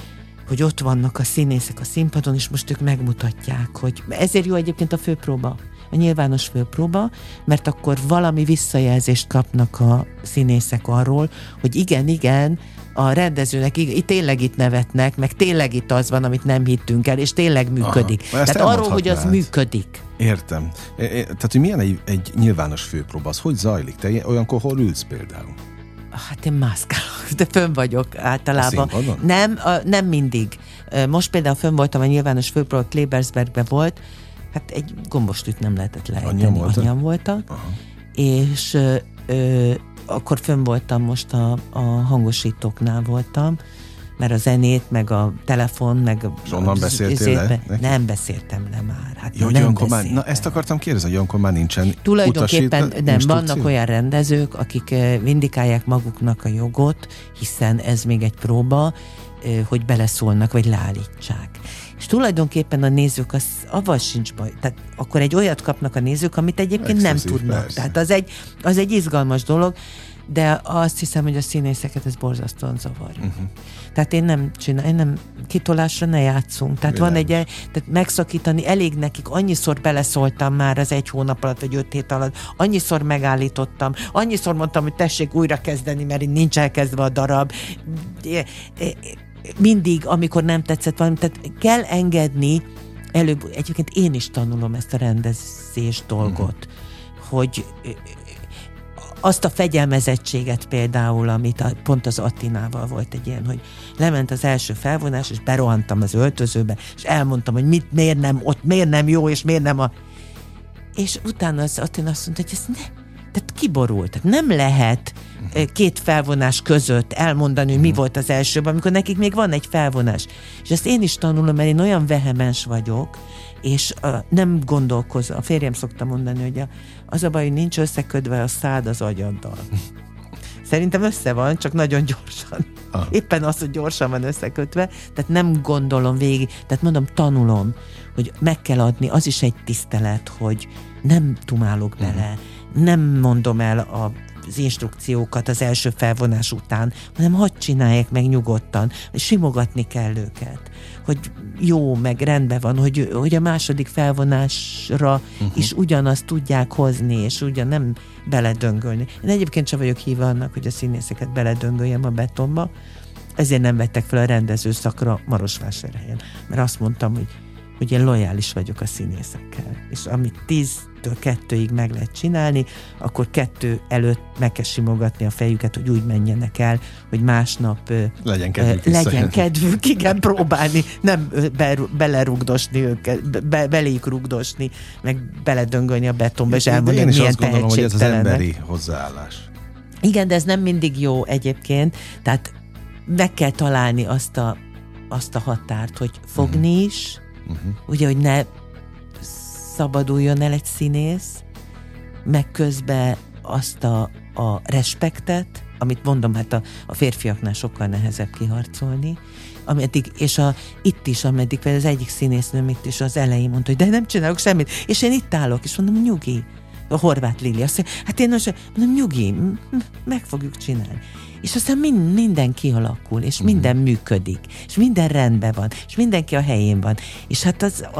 ott vannak a színészek a színpadon, és most ők megmutatják, hogy ezért jó egyébként a főpróba, a nyilvános főpróba, mert akkor valami visszajelzést kapnak a színészek arról, hogy igen, a rendezőnek tényleg itt nevetnek, meg tényleg itt az van, amit nem hittünk el, és tényleg működik. Tehát arról, hogy az működik. Értem. Tehát, hogy milyen egy nyilvános főpróba, az hogy zajlik? Te olyankor hol ülsz például? Hát én mászkálok, de fönn vagyok általában. Nem mindig. Most például fönn voltam a nyilvános főpróba, Klebersbergben volt, hát egy gombostűt nem lehetett lejteni. Annyian voltak. Aha. És akkor fönn voltam most a hangosítóknál voltam, mert a zenét, meg a telefon, meg és onnan beszéltél le? Nem beszéltem le már. Hát jó, nem beszéltem. Na ezt akartam kérdezni, hogy olyankor már nincsen tulajdonképpen nem, vannak olyan rendezők, akik vindikálják maguknak a jogot, hiszen ez még egy próba, hogy beleszólnak, vagy leállítsák. És tulajdonképpen a nézők avval sincs baj. Tehát akkor egy olyat kapnak a nézők, amit egyébként nem tudnak. Persze. Tehát az egy izgalmas dolog, de azt hiszem, hogy a színészeket ez borzasztóan zavarja. Tehát én nem kitolásra ne játszunk. Tehát van tehát megszakítani, elég nekik, annyiszor beleszóltam már az 1 hónap alatt, vagy 5 hét alatt, annyiszor megállítottam, annyiszor mondtam, hogy tessék újra kezdeni, mert így nincs elkezdve a darab. Mindig, amikor nem tetszett valami, tehát kell engedni, előbb, egyébként én is tanulom ezt a rendezés dolgot, hogy azt a fegyelmezettséget például, amit pont az Attinával volt egy ilyen, hogy lement az első felvonás, és berohantam az öltözőbe, és elmondtam, hogy miért nem jó, és miért nem És utána az Attina azt mondta, hogy ez tehát kiborult. Tehát nem lehet 2 felvonás között elmondani, hogy mi volt az elsőben, amikor nekik még van egy felvonás. És ezt én is tanulom, mert én olyan vehemens vagyok, és nem gondolkozom. A férjem szokta mondani, hogy az a baj, hogy nincs összeködve a szád az agyaddal. Szerintem össze van, csak nagyon gyorsan. Éppen az, hogy gyorsan van összekötve, tehát nem gondolom végig, tehát mondom, tanulom, hogy meg kell adni, az is egy tisztelet, hogy nem tumálok bele, nem mondom el az instrukciókat az első felvonás után, hanem hadd csinálják meg nyugodtan, simogatni kell őket, hogy jó, meg rendben van, hogy a második felvonásra is ugyanazt tudják hozni, és ugyan nem beledöngölni. Én egyébként sem vagyok híve annak, hogy a színészeket beledöngöljem a betonba, ezért nem vettek fel a rendezőszakra Marosvásárhelyen, mert azt mondtam, hogy én lojális vagyok a színészekkel, és amit 10-től 2-ig meg lehet csinálni, akkor 2 előtt meg kell simogatni a fejüket, hogy úgy menjenek el, hogy másnap legyen kedvük, igen, próbálni, nem belerugdosni őket, beléjük rugdosni, meg beledöngölni a betonba, és elmondani, hogy milyen tehetségtelenek. Én is azt gondolom, hogy ez az emberi hozzáállás. Igen, de ez nem mindig jó egyébként, tehát meg kell találni azt a határt, hogy fogni is, ugye, hogy ne szabaduljon el egy színész, meg közben azt a respektet, amit mondom, hát a férfiaknál sokkal nehezebb kiharcolni, ameddig, és itt is, ameddig például az egyik színésznőm itt is az elején mondta, hogy de nem csinálok semmit, és én itt állok, és mondom, nyugi, a Horváth Lili, azt mondja, hát én mondom, nyugi, meg fogjuk csinálni. És aztán minden kialakul, és minden működik, és minden rendben van, és mindenki a helyén van. És hát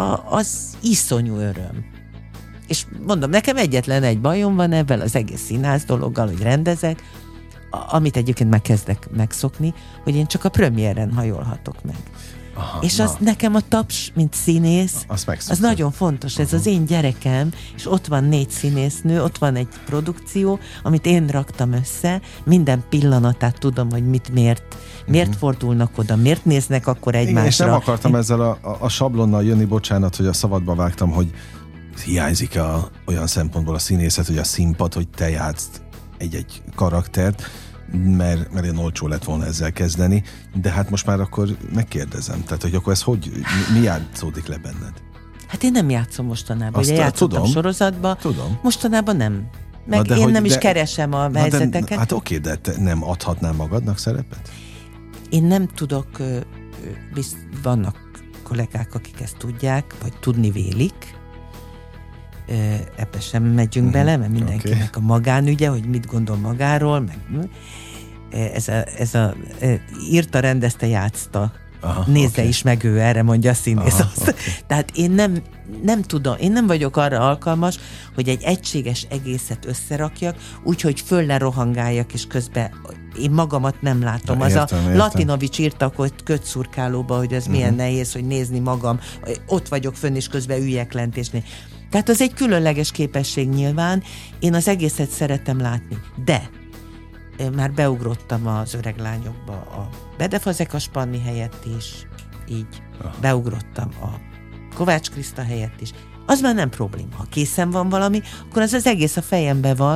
az iszonyú öröm. És mondom, nekem egyetlen egy bajom van ebben az egész színház dologgal, hogy rendezek, amit egyébként már kezdek megszokni, hogy én csak a premiéren hajolhatok meg. Aha, és az nekem a taps, mint színész, az nagyon fontos. Ez az én gyerekem, és ott van 4 színésznő, ott van egy produkció, amit én raktam össze, minden pillanatát tudom, hogy miért fordulnak oda, miért néznek akkor egymásra. Igen, és nem akartam ezzel a sablonnal jönni, bocsánat, hogy a szabadba vágtam, hogy hiányzik olyan szempontból a színészet, hogy a színpad, hogy te játszd egy karaktert, mert én olcsó lett volna ezzel kezdeni, de hát most már akkor megkérdezem, tehát hogy akkor ez mi játszódik le benned? Hát én nem játszom mostanában, ugye játszottam sorozatba, mostanában nem. Meg én nem is keresem a helyzeteket. Hát oké, de te nem adhatnál magadnak szerepet? Én nem tudok, vannak kollégák, akik ezt tudják, vagy tudni vélik, ebbe sem megyünk bele, mert mindenkinek a magánügye, hogy mit gondol magáról, meg írta, rendezte, játszta. Nézze is meg ő, erre mondja a színész. Tehát én nem tudom, én nem vagyok arra alkalmas, hogy egy egységes egészet összerakjak, úgyhogy föl lerohangáljak, és közben én magamat nem látom. Értem. Latinovics írta hogy kötszurkálóba, hogy ez milyen nehéz, hogy nézni magam, ott vagyok fönn, és közben üljek lent, és tehát az egy különleges képesség nyilván, én az egészet szeretem látni, de már beugrottam az Öreg lányokba a Bede Fazekas Panni helyett is, így beugrottam a Kovács Kriszta helyett is, az már nem probléma. Ha készen van valami, akkor az egész a fejemben van,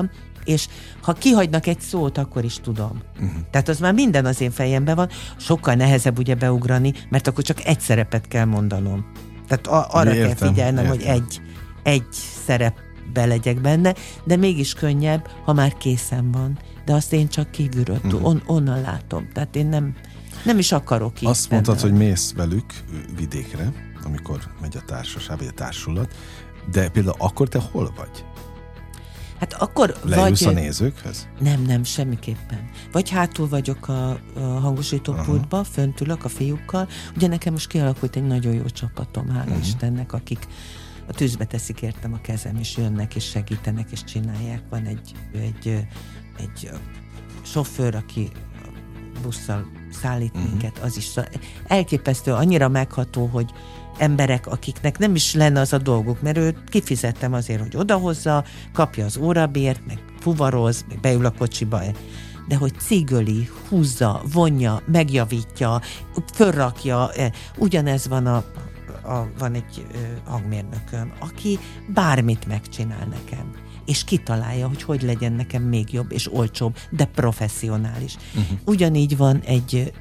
és ha kihagynak egy szót, akkor is tudom. Tehát az már minden az én fejemben van, sokkal nehezebb ugye beugrani, mert akkor csak egy szerepet kell mondanom. Tehát arra kell figyelnem, hogy egy szerepbe legyek benne, de mégis könnyebb, ha már készen van. De azt én csak kívülről onnan látom. Tehát én nem is akarok így. Azt mondtad, hogy mész velük vidékre, amikor megy a társaság, vagy a társulat, de például akkor te hol vagy? Hát akkor leülsz a nézőkhez? Nem, semmiképpen. Vagy hátul vagyok a hangosítópultba, fönt ülök a fiúkkal. Ugye nekem most kialakult egy nagyon jó csapatom, hála Istennek, akik a tűzbe teszik értem a kezem, és jönnek, és segítenek, és csinálják. Van egy sofőr, aki busszal szállít minket, az is elképesztő, annyira megható, hogy emberek, akiknek nem is lenne az a dolguk, mert őt kifizettem azért, hogy odahozza, kapja az órabért, meg fuvaroz, meg beül a kocsiba, de hogy cigöli, húzza, vonja, megjavítja, fölrakja, ugyanez van van egy hangmérnököm, aki bármit megcsinál nekem, és kitalálja, hogy legyen nekem még jobb és olcsóbb, de professzionális. Ugyanígy van egy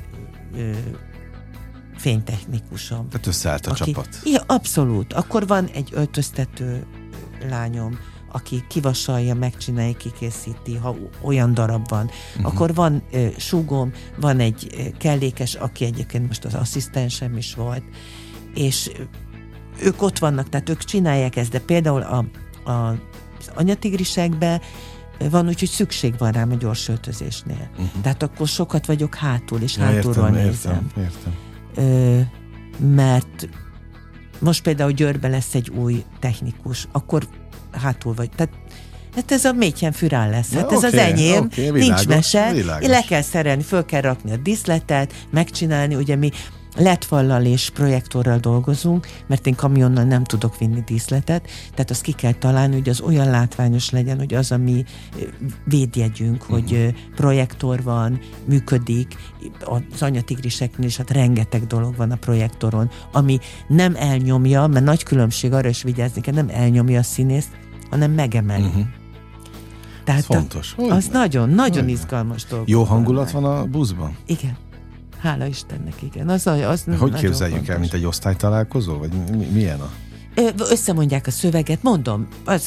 fénytechnikusom. Tehát összeállt a csapat. Ja, abszolút. Akkor van egy öltöztető lányom, aki kivasalja, megcsinálja, kikészíti, ha olyan darab van. Akkor van súgom, van egy kellékes, aki egyébként most az asszisztensem is volt, és ők ott vannak, tehát ők csinálják ezt, de például az anyatigrisekben van úgy, hogy szükség van rám a gyors öltözésnél. Tehát akkor sokat vagyok hátul, és hátulról nézem. Értem. Mert most például Győrben lesz egy új technikus, akkor hátul vagy. Tehát hát ez a Mädchen für alles. Hát ez az enyém, nincs mese. Le kell szerelni, föl kell rakni a díszletet, megcsinálni, ugye mi LED-fallal és projektorral dolgozunk, mert én kamionnal nem tudok vinni díszletet, tehát azt ki kell találni, hogy az olyan látványos legyen, hogy az a mi védjegyünk, hogy projektor van, működik, az anyatigriseknél is hát rengeteg dolog van a projektoron, ami nem elnyomja, mert nagy különbség, arra is vigyázni kell, nem elnyomja a színészt, hanem megemeli. Tehát fontos. Az nagyon izgalmas dolog. Jó hangulat van a buszban? Igen. Hála Istennek, igen. Hogy képzeljünk el, mint egy osztálytalálkozó? Vagy milyen a... Összemondják a szöveget, mondom,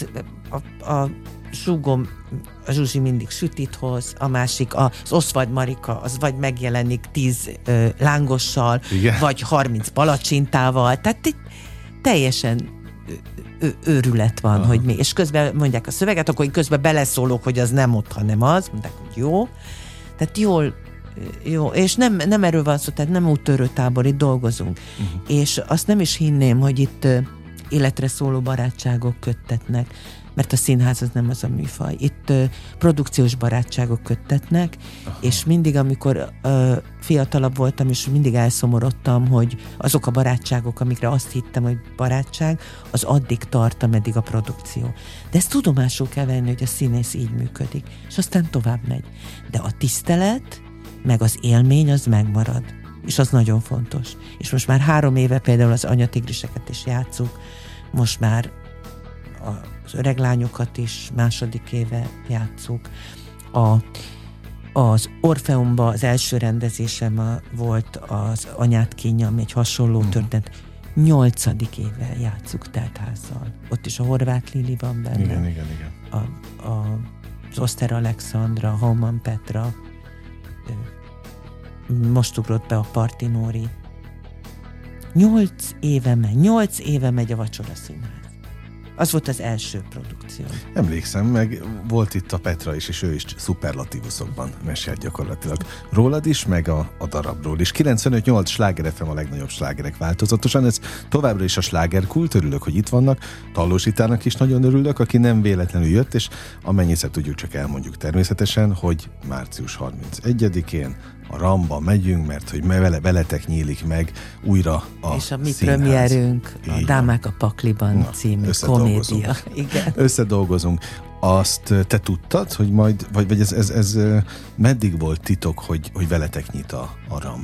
a súgom, a Zsuzsi mindig sütit hoz, a másik, az Oswald Marika, az vagy megjelenik 10 lángossal, igen, vagy 30 palacsintával, tehát itt teljesen őrület van, hogy mi, és közben mondják a szöveget, akkor én közben beleszólok, hogy az nem ott, hanem az, mondják, hogy jó. Tehát jó, és nem erről van szó, tehát nem úttörő tábor, itt dolgozunk. És azt nem is hinném, hogy itt életre szóló barátságok köttetnek, mert a színház az nem az a műfaj. Itt produkciós barátságok köttetnek, és mindig, amikor fiatalabb voltam, és mindig elszomorodtam, hogy azok a barátságok, amikre azt hittem, hogy barátság, az addig tart, ameddig a produkció. De ezt tudomásul kell venni, hogy a színész így működik, és aztán tovább megy. De a tisztelet, meg az élmény, az megmarad. És az nagyon fontos. És most már 3 éve például az anyatigriseket is játszuk, most már az öreg lányokat is 2. éve játszuk. Az Orfeumban az első rendezésem volt az Anyát kínja, ami egy hasonló történet. 8. éve játszuk teltházzal. Ott is a Horváth Lili van benne. Igen. Az Oszter Alexandra, Hauman Petra, most ugrott be a Partinóri. 8 éve megy a Vacsora Színház. Az volt az első produkció. Emlékszem, meg volt itt a Petra is, és ő is szuperlatívuszokban mesélt gyakorlatilag. Rólad is, meg a darabról is. 95.8 Sláger FM a legnagyobb slágerek változatosan. Ez továbbra is a slágerkult, örülök, hogy itt vannak. Tallós Ritának is nagyon örülök, aki nem véletlenül jött, és amennyiszer tudjuk, csak elmondjuk természetesen, hogy március 31-én a Ramba megyünk, mert hogy veletek nyílik meg újra a és a mi színház. Premierünk, a Dámák a Pakliban című komédia. Igen. Összedolgozunk. Azt te tudtad, hogy majd, vagy ez meddig volt titok, hogy veletek nyit a RAM?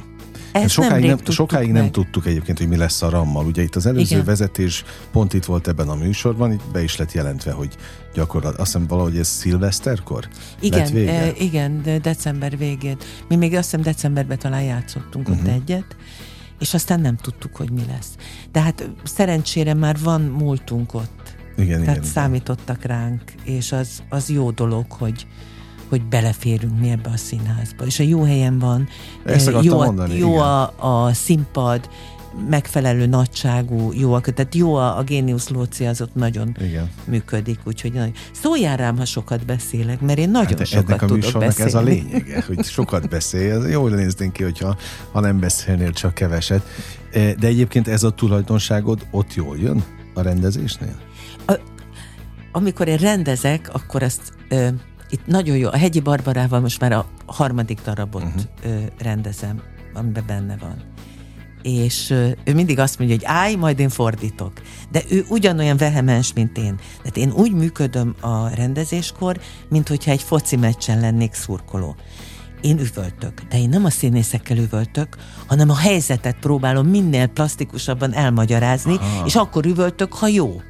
Sokáig nem tudtuk egyébként, hogy mi lesz a RAM-mal. Ugye itt az előző vezetés pont itt volt ebben a műsorban, itt be is lett jelentve, hogy gyakorlatilag, azt hiszem valahogy ez szilveszterkor lett vége? Igen, de december végén. Mi még azt hiszem decemberben talán játszottunk ott egyet, és aztán nem tudtuk, hogy mi lesz. De hát szerencsére már van múltunk ott. Tehát számítottak ránk, és az jó dolog, hogy beleférünk mi ebbe a színházba. És a jó helyen van, jó a színpad, megfelelő nagyságú, tehát jó a Géniusz Lóci, az ott nagyon működik, úgyhogy szóljál rám, ha sokat beszélek, mert én nagyon sokat tudok beszélni. Ez a lényege, hogy sokat beszélj. Jól néznénk ki, hogyha nem beszélnél csak keveset. De egyébként ez a tulajdonságod ott jól jön a rendezésnél? Amikor én rendezek, akkor azt itt nagyon jó. A Hegyi Barbarával most már a 3. darabot rendezem, amiben benne van. És ő mindig azt mondja, hogy állj, majd én fordítok. De ő ugyanolyan vehemens, mint én. Tehát én úgy működöm a rendezéskor, mint hogyha egy foci meccsen lennék szurkoló. Én üvöltök, de én nem a színészekkel üvöltök, hanem a helyzetet próbálom minél plastikusabban elmagyarázni, és akkor üvöltök, ha jó.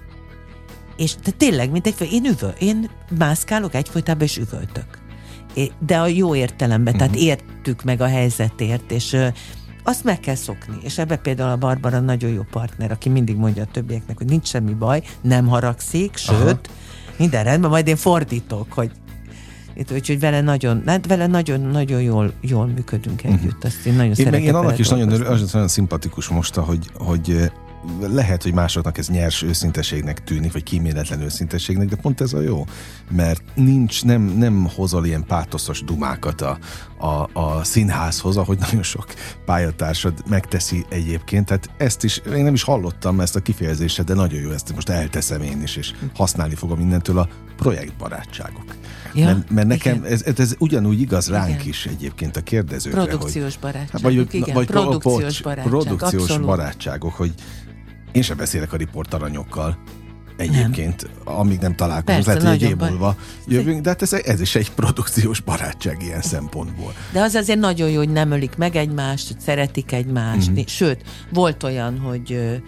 És de tényleg, mint én mászkálok egyfolytában, és üvöltök. De a jó értelemben, tehát értük meg a helyzetért, és azt meg kell szokni. És ebben például a Barbara nagyon jó partner, aki mindig mondja a többieknek, hogy nincs semmi baj, nem haragszik, sőt, minden rendben, majd én fordítok, hogy úgyhogy vele nagyon jól működünk együtt. Azt én nagyon szeretem. Én annak is nagyon szimpatikus most, hogy lehet, hogy másoknak ez nyers őszinteségnek tűnik, vagy kíméletlen őszinteségnek, de pont ez a jó, mert nem hozol ilyen pátoszos dumákat a színházhoz, ahogy nagyon sok pályatársad megteszi egyébként, tehát ezt is, én nem is hallottam ezt a kifejezést, de nagyon jó, ezt most elteszem én is, és használni fogom innentől a projektbarátságok. Ja, mert nekem ez ugyanúgy igaz ránk is egyébként a kérdezőkre. Produkciós barátságok, produkciós barátságok, hogy én sem beszélek a riportaranyokkal egyébként, amíg nem találkozunk, lehet, hogy egy év múlva jövünk, de hát ez is egy produkciós barátság ilyen szempontból. De az azért nagyon jó, hogy nem ölik meg egymást, hogy szeretik egymást, sőt, volt olyan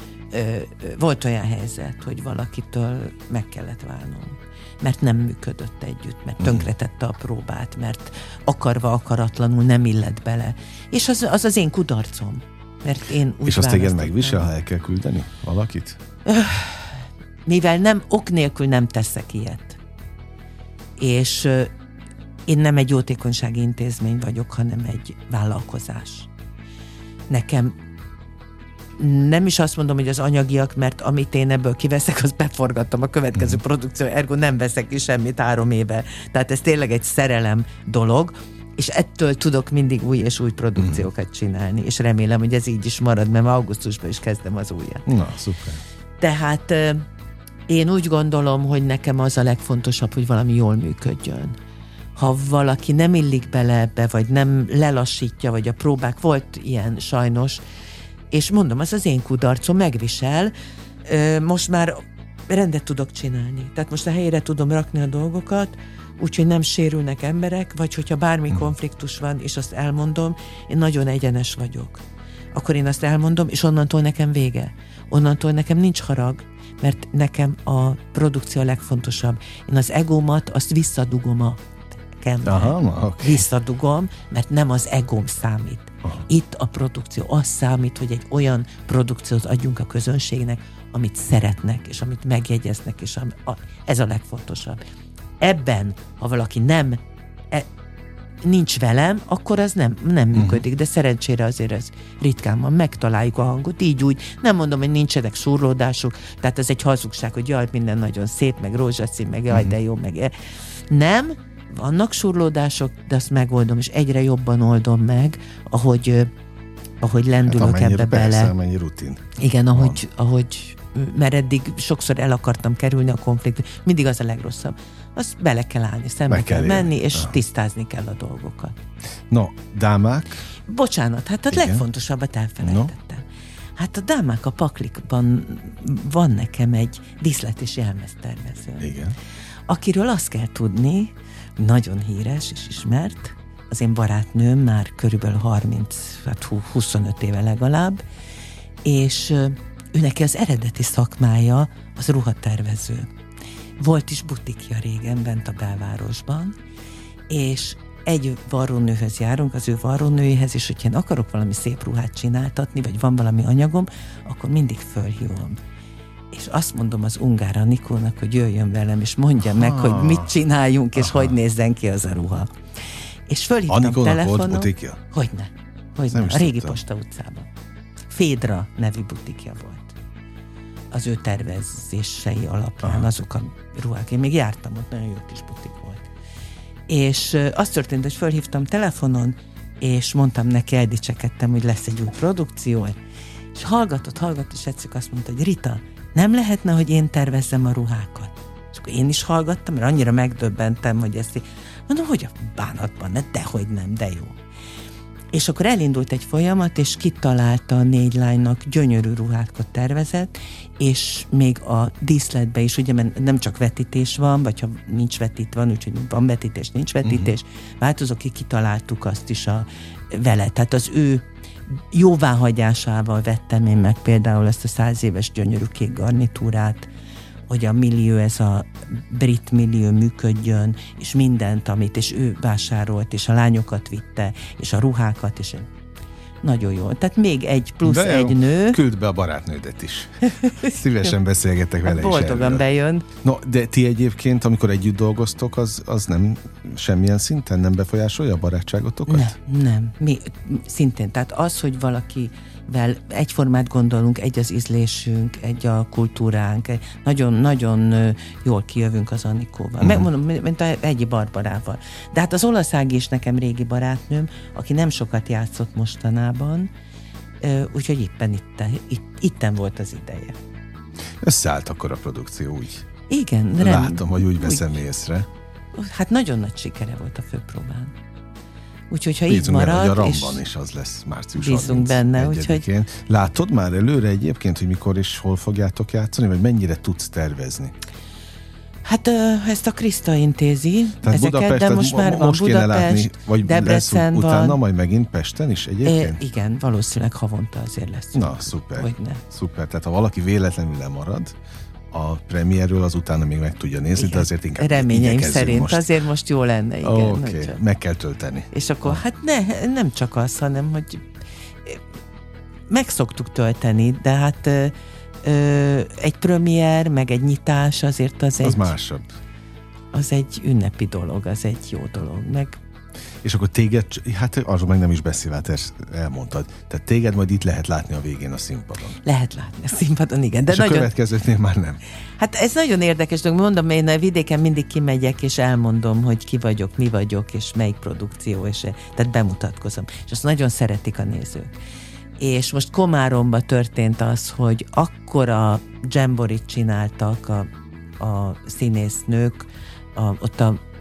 helyzet, hogy valakitől meg kellett válnom, mert nem működött együtt, mert tönkretette a próbát, mert akarva akaratlanul nem illett bele. És az én kudarcom. Mert én úgy és azt téged megvisel, ha el kell küldeni valakit? Mivel ok nélkül nem teszek ilyet. És én nem egy jótékonysági intézmény vagyok, hanem egy vállalkozás. Nekem nem is azt mondom, hogy az anyagiak, mert amit én ebből kiveszek, azt beforgattam a következő produkció, ergo nem veszek ki semmit 3 éve. Tehát ez tényleg egy szerelem dolog, és ettől tudok mindig új és új produkciókat csinálni, és remélem, hogy ez így is marad, mert augusztusban is kezdem az újat. Na, szuper. Tehát én úgy gondolom, hogy nekem az a legfontosabb, hogy valami jól működjön. Ha valaki nem illik bele ebbe, vagy nem lelassítja, vagy a próbák, volt ilyen sajnos, és mondom, az én kudarcom, megvisel, most már rendet tudok csinálni. Tehát most a helyére tudom rakni a dolgokat, úgyhogy nem sérülnek emberek, vagy hogyha bármi konfliktus van, és azt elmondom, én nagyon egyenes vagyok. Akkor én azt elmondom, és onnantól nekem vége. Onnantól nekem nincs harag, mert nekem a produkció a legfontosabb. Én az egómat, azt visszadugom a kembe. Visszadugom, mert nem az egóm számít. Itt a produkció az számít, hogy egy olyan produkciót adjunk a közönségnek, amit szeretnek, és amit megjegyeznek, és ez a legfontosabb. Ebben, ha valaki nincs velem, akkor az nem működik, de szerencsére azért ez ritkán van, megtaláljuk a hangot, így úgy, nem mondom, hogy nincsenek surlódások, tehát ez egy hazugság, hogy jaj, minden nagyon szép, meg rózsaszín, meg jaj, de jó, meg nem, vannak surlódások, de azt megoldom, és egyre jobban oldom meg, ahogy lendülök ebbe bele. Amennyi rutin. Igen, ahogy mert eddig sokszor el akartam kerülni a konfliktust, mindig az a legrosszabb. Azt bele kell állni, szembe kell menni, és tisztázni kell a dolgokat. No, dámák? Bocsánat, hát a legfontosabbat elfelejtettem. No. Hát a Dámák a Paklikban van nekem egy díszlet- és jelmeztervező. Igen. Akiről azt kell tudni, nagyon híres és ismert, az én barátnőm már körülbelül 25 éve legalább, és ő neki az eredeti szakmája az ruhatervező. Volt is butikja régen bent a belvárosban, és egy varrónőhöz járunk, az ő varrónőjéhez, és hogyha én akarok valami szép ruhát csináltatni, vagy van valami anyagom, akkor mindig fölhívom. És azt mondom az Ungár Anikónak, hogy jöjjön velem, és mondja meg, hogy mit csináljunk, és hogy nézzen ki az a ruha. És fölhívtam Anikónak telefonon. volt butikja? Hogyne. A régi Posta utcában. Fédra nevű butikja volt. Az ő tervezései alapján azok a ruhák. Én még jártam ott, nagyon jó kis butik volt. És az történt, hogy fölhívtam telefonon, és mondtam neki, eldicsekedtem, hogy lesz egy új produkció, és hallgatott, és egyszer azt mondta, hogy Rita, nem lehetne, hogy én tervezzem a ruhákat? És akkor én is hallgattam, mert annyira megdöbbentem, hogy ezt mondom, hogy a bánatban, dehogy nem, de jó. És akkor elindult egy folyamat, és kitalálta a 4 lánynak, gyönyörű ruhákat tervezett, és még a díszletbe is, ugye, mert nem csak vetítés van, vagy ha nincs vetítve, úgyhogy van vetítés, nincs vetítés, változó, kitaláltuk azt is vele. Tehát az ő jóváhagyásával vettem én meg például ezt a 100 éves gyönyörű kék garnitúrát, hogy a millió, ez a brit millió működjön, és mindent, amit, és ő vásárolt, és a lányokat vitte, és a ruhákat, és nagyon jó. Tehát még egy plusz egy nő. Küld be a barátnődet is. Szívesen beszélgetek vele is erről. Boldogan bejön. No, de ti egyébként, amikor együtt dolgoztok, az nem semmilyen szinten nem befolyásolja a barátságotokat? Nem. Mi szintén. Tehát az, hogy valakivel egyformát gondolunk, egy az ízlésünk, egy a kultúránk, nagyon-nagyon jól kijövünk az Anikóval. Megmondom, mint egyi Barbarával. De hát az olasz Ági is nekem régi barátnőm, aki nem sokat játszott mostanában, úgyhogy éppen itten volt az ideje. Összeállt akkor a produkció úgy. Igen, látom, hogy úgy veszem észre. Hát nagyon nagy sikere volt a főpróbán. Úgyhogy ha bízunk így marad, benne, hogy a Ramban is az lesz március 31-én. Bízunk benne, úgyhogy... Látod már előre egyébként, hogy mikor és hol fogjátok játszani, vagy mennyire tudsz tervezni? Hát ezt a Kriszta intézi, tehát ezeket, Budapest, de most már van Budapest, látni, vagy Debrecen van. Utána majd megint Pesten is egyébként? Igen, valószínűleg havonta azért lesz. Na, szuper. Szuper, tehát ha valaki véletlenül lemarad, a premierről az utána még meg tudja nézni, igen. De azért inkább reményeim szerint most. Azért most jó lenne, igen. Oké, meg kell tölteni. És akkor hát nem csak az, hanem hogy meg szoktuk tölteni, de hát egy premier, meg egy nyitás azért az másabb. Az egy ünnepi dolog, az egy jó dolog, meg és akkor téged, hát arról meg nem is beszél, hát elmondtad. Tehát téged majd itt lehet látni a végén a színpadon. Lehet látni a színpadon, igen. De és nagyon... a következőknél már nem. Hát ez nagyon érdekes dolog. Mondom, én a vidéken mindig kimegyek, és elmondom, hogy ki vagyok, mi vagyok, és melyik produkció, és tehát bemutatkozom. És azt nagyon szeretik a nézők. És most Komáromban történt az, hogy akkora jamborit csináltak a színésznők, ott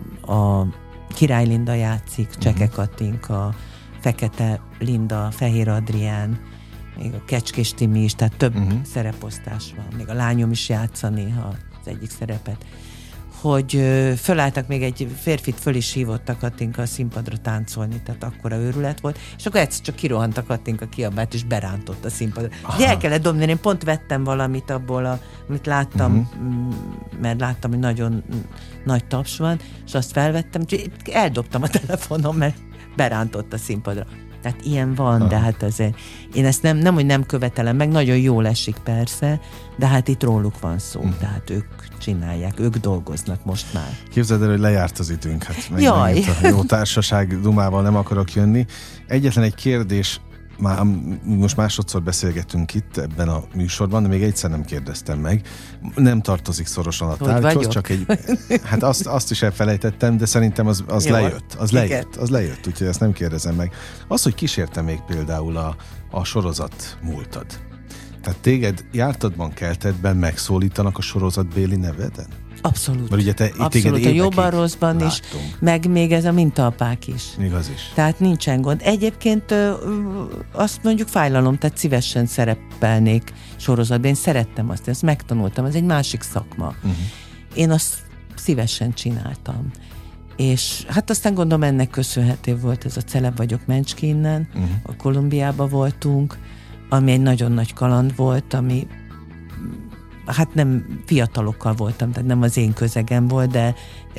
a Király Linda játszik, Cseke Katinka, Fekete Linda, Fehér Adrián, még a Kecskés Timi is, tehát több szereposztás van. Még a lányom is játsza néha az egyik szerepet. Hogy fölálltak, még egy férfit föl is hívott a Katinka a színpadra táncolni, tehát akkora őrület volt, és akkor egyszer csak kirohant a Katinka, kiabált, és berántott a színpadra. De el kellett dobni, én pont vettem valamit abból, amit láttam, mert láttam, hogy nagyon nagy taps van, és azt felvettem, úgyhogy eldobtam a telefonom, mert berántott a színpadra. Tehát ilyen van, de hát azért én ezt nem, hogy nem követelem meg, nagyon jól esik persze, de hát itt róluk van szó, tehát ők csinálják, ők dolgoznak most már. Képzeld el, hogy lejárt az időnk, hát megint a jó társaság dumával nem akarok jönni. Egyetlen egy kérdés, most másodszor beszélgetünk itt ebben a műsorban, de még egyszer nem kérdeztem meg. Nem tartozik szorosan a tárgyhoz, csak egy... Hát azt is elfelejtettem, de szerintem az lejött, úgyhogy ezt nem kérdezem meg. Az, hogy kísérte még például a sorozat múltad. Tehát téged jártadban, keltedben megszólítanak a sorozatbéli neveden? Abszolút. Mert ugye abszolút, a jobban rosszban is, meg még ez a mintaapák is. Igaz is. Tehát nincsen gond. Egyébként azt mondjuk fájlalom, tehát szívesen szerepelnék sorozatban. Én szerettem azt megtanultam, ez egy másik szakma. Én azt szívesen csináltam. és hát aztán gondolom ennek köszönhető volt ez a Celeb vagyok, mencs ki innen, a Kolumbiába voltunk, ami egy nagyon nagy kaland volt, ami hát nem fiatalokkal voltam, tehát nem az én közegem volt, de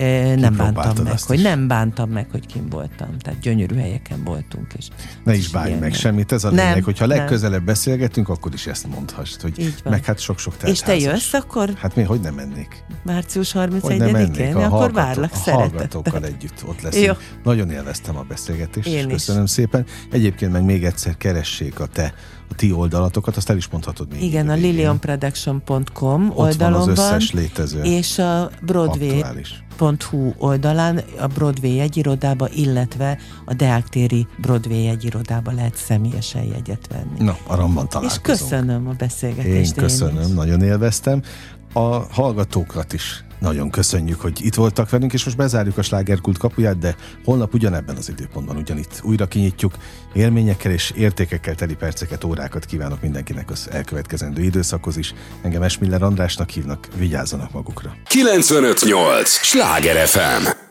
nem bántam meg, hogy kim voltam. Tehát gyönyörű helyeken voltunk. És ne is bánj meg semmit, ez a lényeg, hogyha legközelebb beszélgetünk, akkor is ezt mondhassd, hogy meg hát sok-sok teltházas. És te jössz akkor? Hát mi, hogy nem mennék? Március 31-én? Akkor várlak szeretettel. Hallgatókkal együtt ott leszünk. Jó. Nagyon élveztem a beszélgetést, és köszönöm szépen. Egyébként meg még egyszer keressék a ti oldalatokat, azt el is mondhatod még. Igen, a lilionproduction.com oldalon van az összes létező. És a Broadway.hu oldalán a Broadway jegyirodába, illetve a Deák téri Broadway jegyirodába lehet személyesen jegyet venni. Na, aramban találkozunk. És köszönöm a beszélgetést. Én köszönöm, nagyon élveztem. A hallgatókat is nagyon köszönjük, hogy itt voltak velünk, és most bezárjuk a Slágerkult kapuját, de holnap ugyanebben az időpontban ugyanitt újra kinyitjuk. Élményekkel és értékekkel teli perceket, órákat kívánok mindenkinek az elkövetkezendő időszakhoz is. Engem Esmiller Andrásnak hívnak, vigyázzanak magukra. 95.8 Sláger FM.